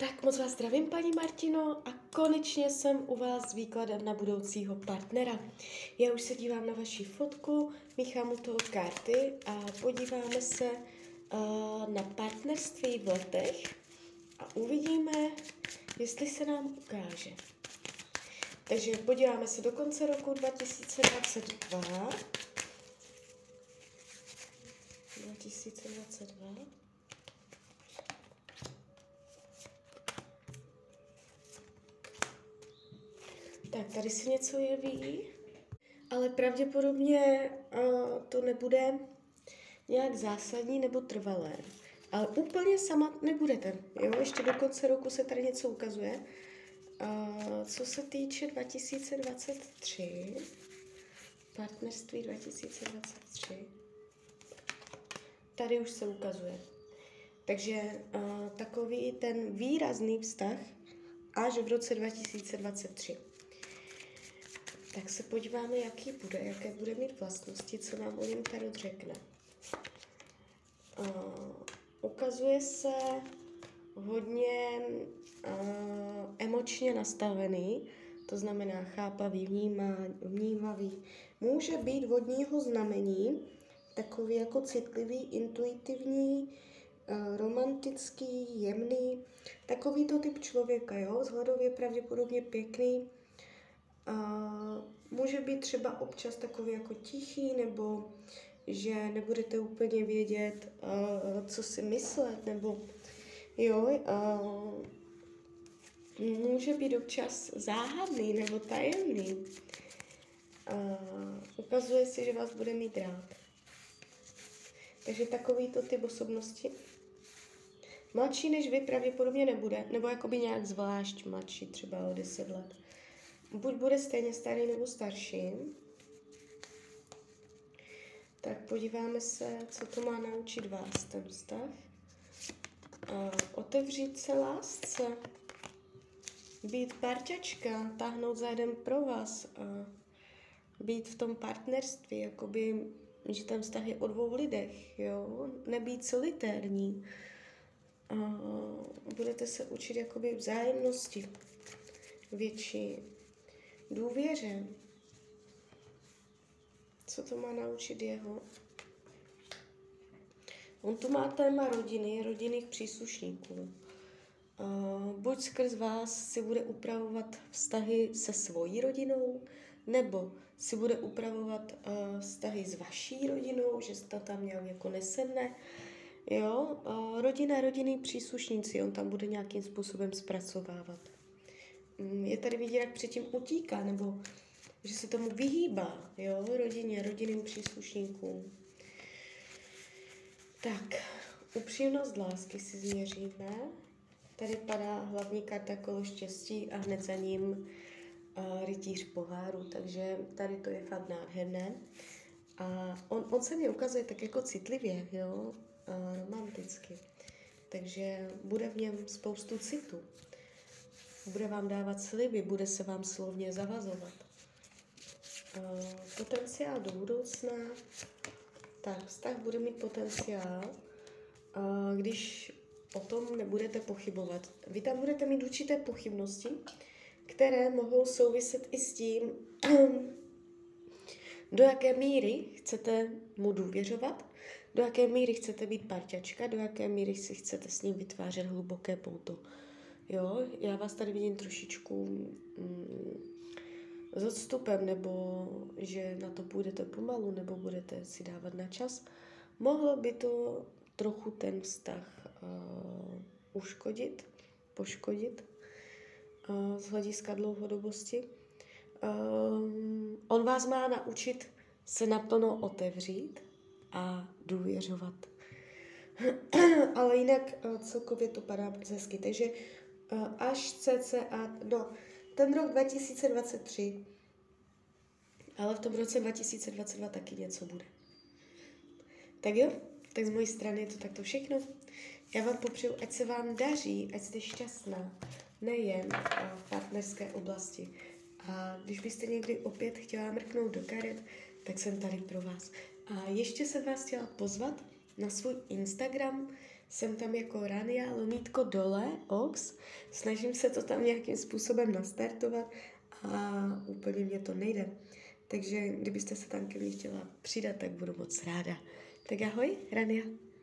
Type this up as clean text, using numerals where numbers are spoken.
Tak moc vás zdravím, paní Martino, a konečně jsem u vás s výkladem na budoucího partnera. Já už se dívám na vaši fotku, míchám u toho karty a podíváme se na partnerství v letech a uvidíme, jestli se nám ukáže. Takže podíváme se do konce roku 2022. 2022. Tak, tady se něco jeví, ale pravděpodobně to nebude nějak zásadní nebo trvalé. Ale úplně sama nebudete, jo? Ještě do konce roku se tady něco ukazuje. Co se týče 2023, partnerství 2023, tady už se ukazuje. Takže takový ten výrazný vztah až v roce 2023. Tak se podíváme, jaký bude, jaké bude mít vlastnosti, co nám o něm tarot řekne. Ukazuje se hodně emočně nastavený, to znamená chápavý, vnímavý. Může být vodního znamení, takový jako citlivý, intuitivní, romantický, jemný, takovýto typ člověka, jo, vzhledově pravděpodobně pěkný. Může být třeba občas takový jako tichý, nebo že nebudete úplně vědět, co si myslet, nebo jo, může být občas záhadný nebo tajemný. Ukazuje se, že vás bude mít rád. Takže takovýto typ osobnosti. Mladší než vy pravděpodobně nebude, nebo jakoby nějak zvlášť mladší, třeba o 10 let. Buď bude stejně starý nebo starší. Tak podíváme se, co to má naučit vás, ten vztah. Otevřít se lásce. Být parťačka, táhnout za jeden pro vás. Být v tom partnerství, jakoby, že ten vztah je o dvou lidech, jo? Nebýt solitérní. Budete se učit jakoby vzájemnosti, větší důvěře. Co to má naučit jeho? On tu má téma rodiny, rodinných příslušníků. Buď skrz vás si bude upravovat vztahy se svojí rodinou, nebo si bude upravovat vztahy s vaší rodinou, že se to tam nějak jako nesedne. Jo, rodina, rodinní příslušníci, on tam bude nějakým způsobem zpracovávat. Je tady vidět, jak předtím utíká, nebo že se tomu vyhýbá, jo, rodině, rodinným příslušníkům. Tak, upřímnost lásky si změříme. Tady padá hlavní karta kolo štěstí a hned za ním rytíř poháru, takže tady to je fakt nádherné. A on se mi ukazuje tak jako citlivě, jo, romanticky. Takže bude v něm spoustu citu. Bude vám dávat sliby, bude se vám slovně zavazovat. Potenciál do budoucna. Tak, vztah bude mít potenciál, když o tom nebudete pochybovat. Vy tam budete mít určité pochybnosti, které mohou souviset i s tím, do jaké míry chcete mu důvěřovat, do jaké míry chcete být parťačka, do jaké míry si chcete s ním vytvářet hluboké pouto. Jo, já vás tady vidím trošičku s odstupem, nebo že na to půjdete pomalu, nebo budete si dávat na čas. Mohlo by to trochu ten vztah poškodit z hlediska dlouhodobosti. On vás má naučit se naplno otevřít a důvěřovat. Ale jinak celkově to padá hezky. Takže až cca ten rok 2023, ale v tom roce 2022 taky něco bude. Tak jo, tak z mojí strany je to takto všechno. Já vám popřeju, ať se vám daří, ať jste šťastná, nejen v partnerské oblasti. A když byste někdy opět chtěla mrknout do karet, tak jsem tady pro vás. A ještě jsem vás chtěla pozvat na svůj Instagram, jsem tam jako Rania, lomítko dole, ox, snažím se to tam nějakým způsobem nastartovat a úplně mě to nejde. Takže kdybyste se tam ke mně chtěla přidat, tak budu moc ráda. Tak ahoj, Rania.